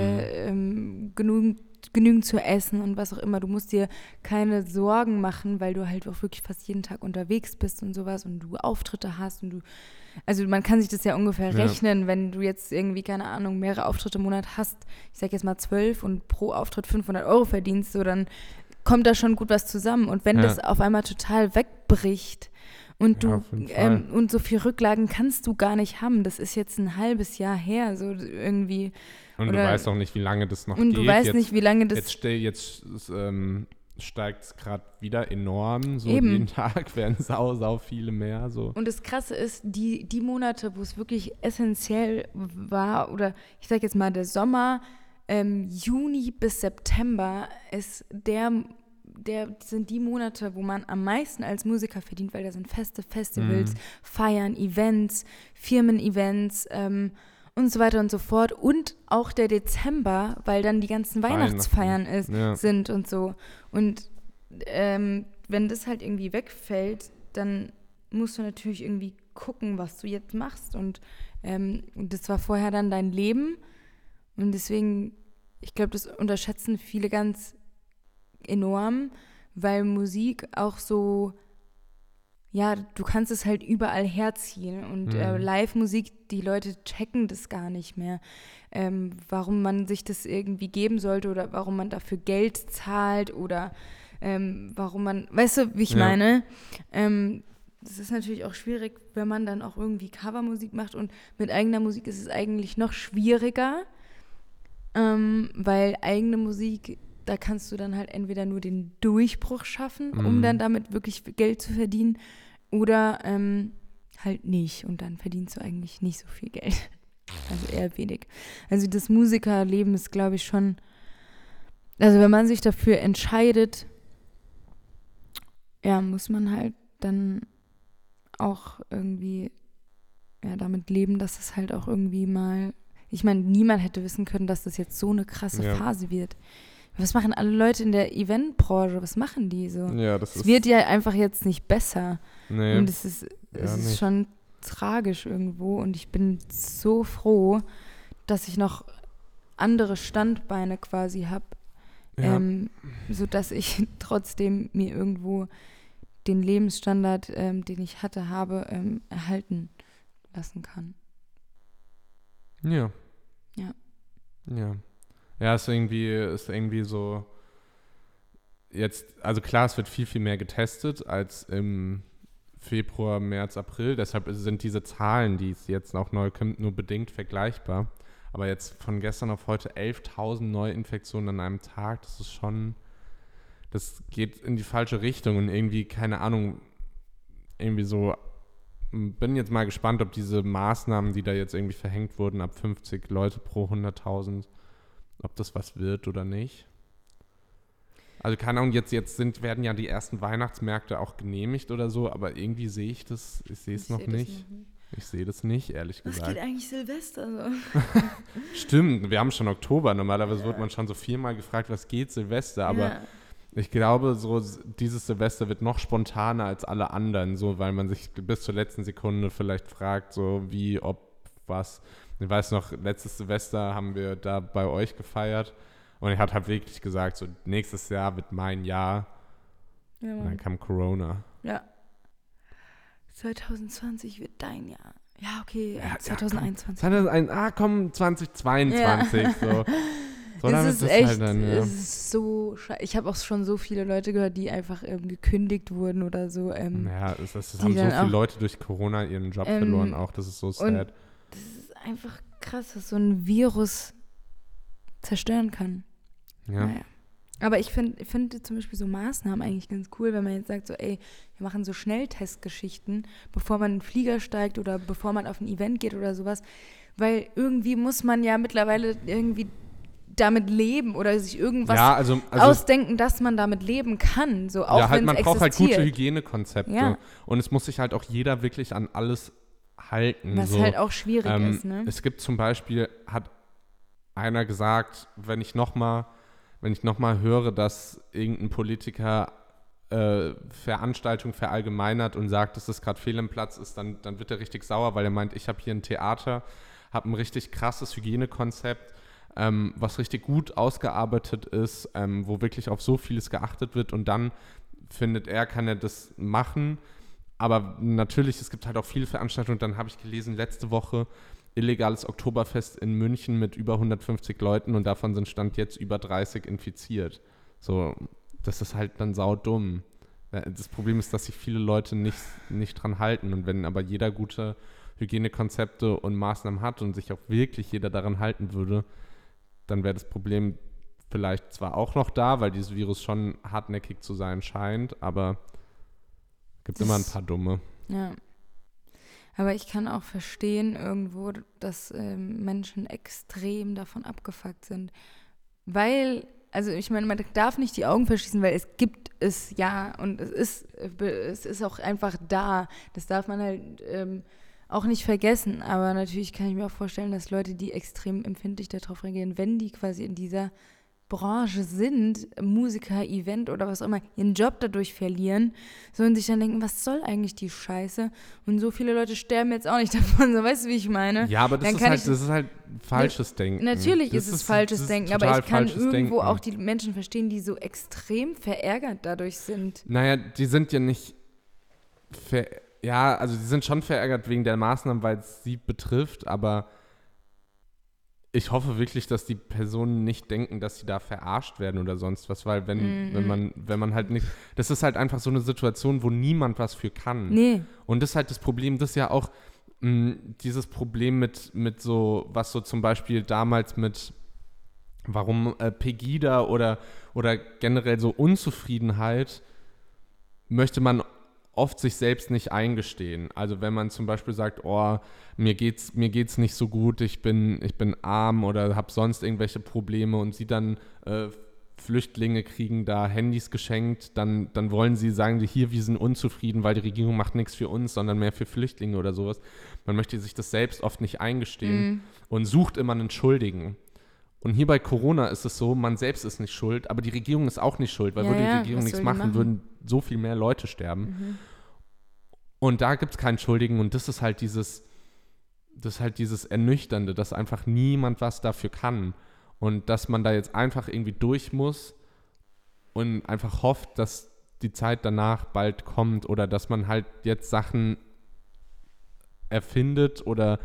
genügend zu essen und was auch immer. Du musst dir keine Sorgen machen, weil du halt auch wirklich fast jeden Tag unterwegs bist und sowas und du Auftritte hast und also man kann sich das ja ungefähr rechnen, wenn du jetzt irgendwie, keine Ahnung, mehrere Auftritte im Monat hast, ich sag jetzt mal 12 und pro Auftritt 500 € verdienst, so dann kommt da schon gut was zusammen. Und wenn das auf einmal total wegbricht und und so viel Rücklagen kannst du gar nicht haben, das ist jetzt ein halbes Jahr her, so irgendwie. Und du weißt auch nicht, wie lange das noch geht. Und du weißt nicht, wie lange das... Jetzt steigt es gerade wieder enorm, so Eben. Jeden Tag werden sau viele mehr. So. Und das Krasse ist, die Monate, wo es wirklich essentiell war, oder ich sag jetzt mal der Sommer, Juni bis September sind die Monate, wo man am meisten als Musiker verdient, weil da sind feste Festivals, Feiern, Events, Firmen-Events und so weiter und so fort. Und auch der Dezember, weil dann die ganzen Weihnachtsfeiern sind und so. Und wenn das halt irgendwie wegfällt, dann musst du natürlich irgendwie gucken, was du jetzt machst. Und das war vorher dann dein Leben. Und deswegen, ich glaube, das unterschätzen viele ganz enorm, weil Musik auch so, ja, du kannst es halt überall herziehen und Live-Musik, die Leute checken das gar nicht mehr, warum man sich das irgendwie geben sollte oder warum man dafür Geld zahlt oder warum man, weißt du, wie ich meine? Das ist natürlich auch schwierig, wenn man dann auch irgendwie Covermusik macht und mit eigener Musik ist es eigentlich noch schwieriger, weil eigene Musik, da kannst du dann halt entweder nur den Durchbruch schaffen, um dann damit wirklich Geld zu verdienen oder halt nicht. Und dann verdienst du eigentlich nicht so viel Geld. Also eher wenig. Also das Musikerleben ist, glaube ich, schon, also wenn man sich dafür entscheidet, ja, muss man halt dann auch irgendwie damit leben, dass es halt auch irgendwie mal, ich meine, niemand hätte wissen können, dass das jetzt so eine krasse Phase wird. Was machen alle Leute in der Eventbranche? Was machen die so? Ja, es wird ja einfach jetzt nicht besser. Nee, und es ist schon tragisch irgendwo. Und ich bin so froh, dass ich noch andere Standbeine quasi habe, sodass ich trotzdem mir irgendwo den Lebensstandard, den ich habe, erhalten lassen kann. Ja. Ja. Ja. Ja, ist irgendwie so jetzt, also klar, es wird viel, viel mehr getestet als im Februar, März, April. Deshalb sind diese Zahlen, die es jetzt auch neu kommt, nur bedingt vergleichbar. Aber jetzt von gestern auf heute 11.000 Neuinfektionen an einem Tag, das geht in die falsche Richtung und irgendwie, keine Ahnung, irgendwie so, bin jetzt mal gespannt, ob diese Maßnahmen, die da jetzt irgendwie verhängt wurden, ab 50 Leute pro 100.000, ob das was wird oder nicht. Also keine Ahnung, jetzt werden ja die ersten Weihnachtsmärkte auch genehmigt oder so, aber irgendwie sehe ich es noch nicht. Ich sehe das nicht, ehrlich gesagt. Was geht eigentlich Silvester so? Stimmt, wir haben schon Oktober. Normalerweise wird man schon so viermal gefragt, was geht Silvester, aber ich glaube, so dieses Silvester wird noch spontaner als alle anderen, so, weil man sich bis zur letzten Sekunde vielleicht fragt, so wie, ob, was. Ich weiß noch, letztes Silvester haben wir da bei euch gefeiert und ich hatte halt wirklich gesagt, so nächstes Jahr wird mein Jahr. Ja, und dann kam Corona. Ja. 2020 wird dein Jahr. Ja, okay, 2021. 2022, ja. So. So, es ist echt, halt dann, ja. Es ist so scheiße. Ich habe auch schon so viele Leute gehört, die einfach gekündigt wurden oder so. Ja, es haben so viele Leute durch Corona ihren Job verloren auch. Das ist so sad. Und das ist einfach krass, was so ein Virus zerstören kann. Ja. Naja. Aber ich finde zum Beispiel so Maßnahmen eigentlich ganz cool, wenn man jetzt sagt, so ey, wir machen so Schnelltestgeschichten, bevor man in den Flieger steigt oder bevor man auf ein Event geht oder sowas. Weil irgendwie muss man ja mittlerweile irgendwie damit leben oder sich irgendwas ausdenken, dass man damit leben kann. So, auch halt, man braucht halt gute Hygienekonzepte. Ja. Und es muss sich halt auch jeder wirklich an alles halten. Was halt auch schwierig ist. Ne? Es gibt zum Beispiel, hat einer gesagt, wenn ich noch mal höre, dass irgendein Politiker Veranstaltungen verallgemeinert und sagt, dass das gerade fehl am Platz ist, dann wird er richtig sauer, weil er meint, ich habe hier ein Theater, habe ein richtig krasses Hygienekonzept, was richtig gut ausgearbeitet ist, wo wirklich auf so vieles geachtet wird und dann findet er, kann er das machen. Aber natürlich, es gibt halt auch viele Veranstaltungen. Dann habe ich gelesen, letzte Woche illegales Oktoberfest in München mit über 150 Leuten und davon sind Stand jetzt über 30 infiziert. So, das ist halt dann saudumm. Das Problem ist, dass sich viele Leute nicht dran halten und wenn aber jeder gute Hygienekonzepte und Maßnahmen hat und sich auch wirklich jeder daran halten würde, dann wäre das Problem vielleicht zwar auch noch da, weil dieses Virus schon hartnäckig zu sein scheint, aber es gibt immer ein paar Dumme. Ja. Aber ich kann auch verstehen irgendwo, dass Menschen extrem davon abgefuckt sind. Weil, also ich meine, man darf nicht die Augen verschließen, weil es gibt es ja und es ist auch einfach da. Das darf man halt auch nicht vergessen. Aber natürlich kann ich mir auch vorstellen, dass Leute, die extrem empfindlich darauf reagieren, wenn die quasi in dieser Branche sind, Musiker, Event oder was auch immer, ihren Job dadurch verlieren, sollen sich dann denken, was soll eigentlich die Scheiße? Und so viele Leute sterben jetzt auch nicht davon, so, weißt du, wie ich meine? Ja, aber das ist halt falsches Denken. Natürlich ist es falsches Denken, aber ich kann irgendwo auch die Menschen verstehen, die so extrem verärgert dadurch sind. Naja, die sind ja nicht also die sind schon verärgert wegen der Maßnahmen, weil es sie betrifft, aber ich hoffe wirklich, dass die Personen nicht denken, dass sie da verarscht werden oder sonst was, weil wenn man halt nicht, das ist halt einfach so eine Situation, wo niemand was für kann. Nee. Und das ist halt das Problem, das ist ja auch dieses Problem mit so, was so zum Beispiel damals mit, warum Pegida oder generell so Unzufriedenheit möchte man oft sich selbst nicht eingestehen. Also wenn man zum Beispiel sagt, oh, mir geht's nicht so gut, ich bin arm oder habe sonst irgendwelche Probleme und sie dann Flüchtlinge kriegen da Handys geschenkt, dann sagen sie, hier, wir sind unzufrieden, weil die Regierung macht nichts für uns, sondern mehr für Flüchtlinge oder sowas. Man möchte sich das selbst oft nicht eingestehen und sucht immer einen Schuldigen. Und hier bei Corona ist es so, man selbst ist nicht schuld, aber die Regierung ist auch nicht schuld, weil würde die Regierung nichts machen, würden so viel mehr Leute sterben. Und da gibt es keinen Schuldigen und das ist halt dieses Ernüchternde, dass einfach niemand was dafür kann und dass man da jetzt einfach irgendwie durch muss und einfach hofft, dass die Zeit danach bald kommt oder dass man halt jetzt Sachen erfindet oder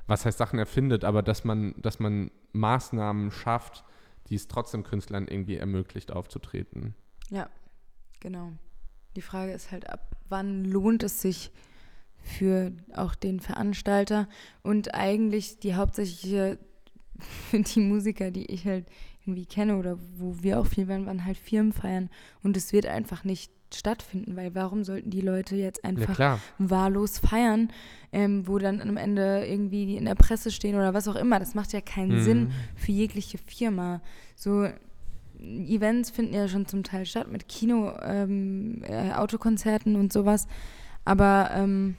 was heißt Sachen erfindet, aber dass man Maßnahmen schafft, die es trotzdem Künstlern irgendwie ermöglicht, aufzutreten. Ja, genau. Die Frage ist halt, ab wann lohnt es sich für auch den Veranstalter und eigentlich die hauptsächliche, für die Musiker, die ich halt irgendwie kenne oder wo wir auch viel waren halt Firmenfeiern und es wird einfach nicht stattfinden, weil warum sollten die Leute jetzt einfach wahllos feiern, wo dann am Ende irgendwie die in der Presse stehen oder was auch immer. Das macht ja keinen Sinn für jegliche Firma. So Events finden ja schon zum Teil statt mit Kino, Autokonzerten und sowas, aber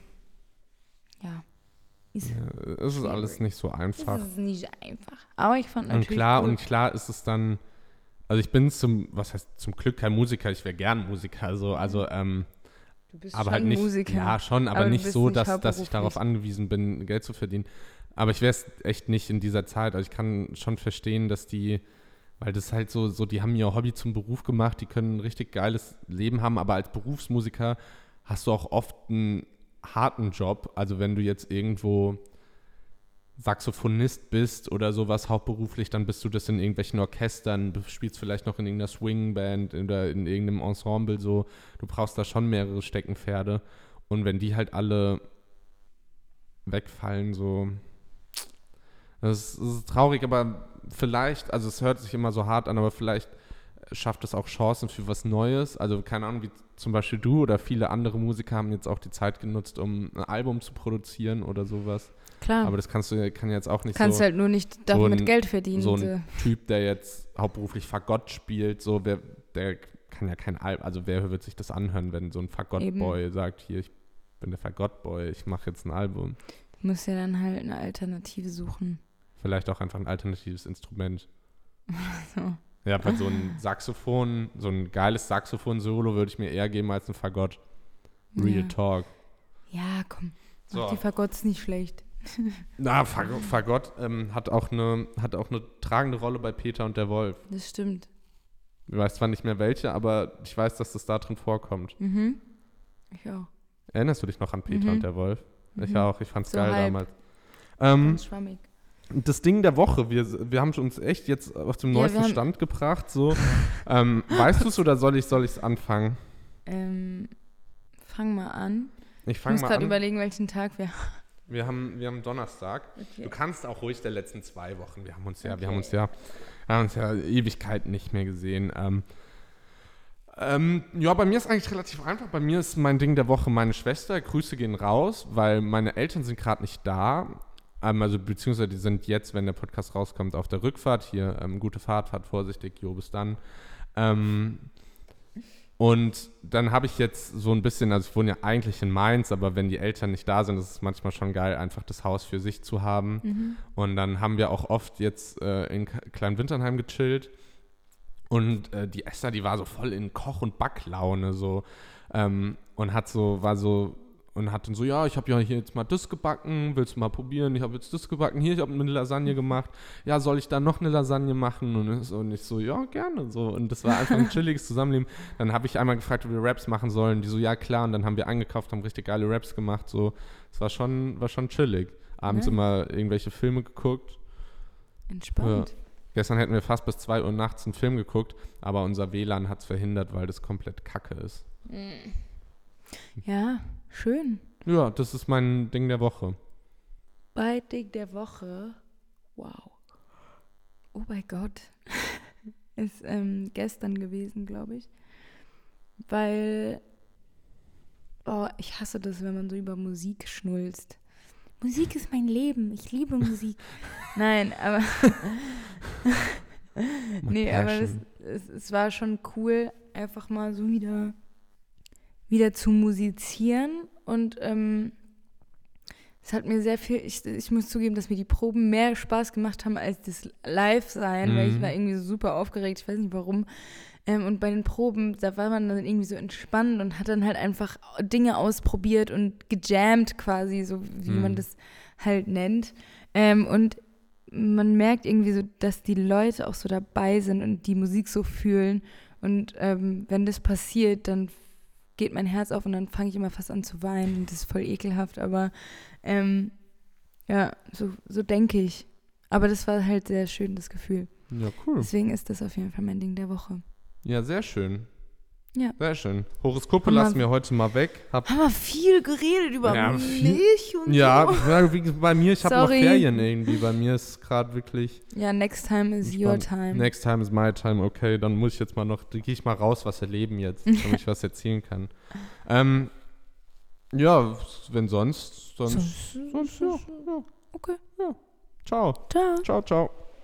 es ist alles nicht so einfach. Es ist nicht einfach. Aber ich fand natürlich Und klar ist es dann, also ich bin zum Glück kein Musiker, ich wäre gern Musiker, du bist aber schon halt nicht, Musiker. ja schon, aber nicht so, dass ich darauf angewiesen bin, Geld zu verdienen. Aber ich wäre es echt nicht in dieser Zeit. Also ich kann schon verstehen, dass weil das halt so, die haben ihr Hobby zum Beruf gemacht, die können ein richtig geiles Leben haben, aber als Berufsmusiker hast du auch oft einen harten Job. Also wenn du jetzt irgendwo Saxophonist bist oder sowas hauptberuflich, dann bist du das in irgendwelchen Orchestern, du spielst vielleicht noch in irgendeiner Swingband oder in irgendeinem Ensemble so. Du brauchst da schon mehrere Steckenpferde. Und wenn die halt alle wegfallen, so, das ist traurig, aber vielleicht, also es hört sich immer so hart an, aber vielleicht schafft es auch Chancen für was Neues. Also keine Ahnung, wie zum Beispiel du oder viele andere Musiker haben jetzt auch die Zeit genutzt, um ein Album zu produzieren oder sowas. Klar. Aber das kann jetzt auch nicht kannst so. Halt nur nicht damit Geld verdienen. So ein Typ, der jetzt hauptberuflich Fagott spielt, so der kann ja kein Album, also wer wird sich das anhören, wenn so ein Fagott-Boy sagt, hier, ich bin der Fagott-Boy, ich mache jetzt ein Album. Du musst ja dann halt eine Alternative suchen. Vielleicht auch einfach ein alternatives Instrument. So. Ja, weil so ein Saxophon, so ein geiles Saxophon-Solo würde ich mir eher geben als ein Fagott. Real Talk. Ja, komm. So. Die Fagott ist nicht schlecht. Na, Fagott hat auch eine tragende Rolle bei Peter und der Wolf. Das stimmt. Ich weiß zwar nicht mehr welche, aber ich weiß, dass das da drin vorkommt. Mhm. Ich auch. Erinnerst du dich noch an Peter und der Wolf? Ich auch, ich fand's so geil halb. damals. Ganz schwammig. Das Ding der Woche, wir haben uns echt jetzt auf dem neuesten Stand gebracht. So. Weißt du es oder soll ich es anfangen? Fang mal an. Ich muss gerade überlegen, welchen Tag wir haben. Wir haben Donnerstag. Okay. Du kannst auch ruhig der letzten 2 Wochen. Wir haben uns ja Ewigkeiten nicht mehr gesehen. Bei mir ist eigentlich relativ einfach. Bei mir ist mein Ding der Woche meine Schwester. Grüße gehen raus, weil meine Eltern sind gerade nicht da. Also beziehungsweise die sind jetzt, wenn der Podcast rauskommt, auf der Rückfahrt. Hier, gute Fahrt, fahrt vorsichtig, jo, bis dann. Und dann habe ich jetzt so ein bisschen, also ich wohne ja eigentlich in Mainz, aber wenn die Eltern nicht da sind, ist es manchmal schon geil, einfach das Haus für sich zu haben. Mhm. Und dann haben wir auch oft jetzt in Kleinwinternheim gechillt. Und die Esther, die war so voll in Koch- und Backlaune so und hat dann so, ja, ich habe ja hier jetzt mal das gebacken, willst du mal probieren? Ich habe jetzt das gebacken, hier, ich habe eine Lasagne gemacht. Ja, soll ich da noch eine Lasagne machen? Und ich so, ja, gerne. So. Und das war einfach ein chilliges Zusammenleben. Dann habe ich einmal gefragt, ob wir Raps machen sollen. Die so, ja, klar. Und dann haben wir eingekauft, haben richtig geile Raps gemacht. So. Es war schon chillig. Abends immer irgendwelche Filme geguckt. Entspannt. Ja. Gestern hätten wir fast bis 2 Uhr nachts einen Film geguckt, aber unser WLAN hat es verhindert, weil das komplett kacke ist. Ja, schön. Ja, das ist mein Ding der Woche. Mein Ding der Woche? Wow. Oh mein Gott. Ist gestern gewesen, glaube ich. Weil, ich hasse das, wenn man so über Musik schnulzt. Musik ist mein Leben. Ich liebe Musik. Nein, aber aber es war schon cool, einfach mal so wieder zu musizieren und es hat mir sehr viel, ich muss zugeben, dass mir die Proben mehr Spaß gemacht haben als das Live-Sein, weil ich war irgendwie so super aufgeregt, ich weiß nicht warum. Und bei den Proben, da war man dann irgendwie so entspannt und hat dann halt einfach Dinge ausprobiert und gejammt quasi, so wie man das halt nennt. Und man merkt irgendwie so, dass die Leute auch so dabei sind und die Musik so fühlen. Und wenn das passiert, dann geht mein Herz auf und dann fange ich immer fast an zu weinen. Und das ist voll ekelhaft, aber Ja, so denke ich. Aber das war halt sehr schön, das Gefühl. Ja, cool. Deswegen ist das auf jeden Fall mein Ding der Woche. Ja, sehr schön. Ja. Sehr schön. Horoskope lassen wir heute mal weg. Haben wir viel geredet über Milch und ja, so. Wie bei mir, ich habe noch Ferien irgendwie. Bei mir ist gerade wirklich... Ja, next time is your time. Next time is my time. Okay, dann muss ich jetzt mal noch... Da gehe ich mal raus, was erleben jetzt, damit ich was erzählen kann. Ja, wenn sonst ja. Okay. Ja. Ciao. Ciao. Ciao, ciao.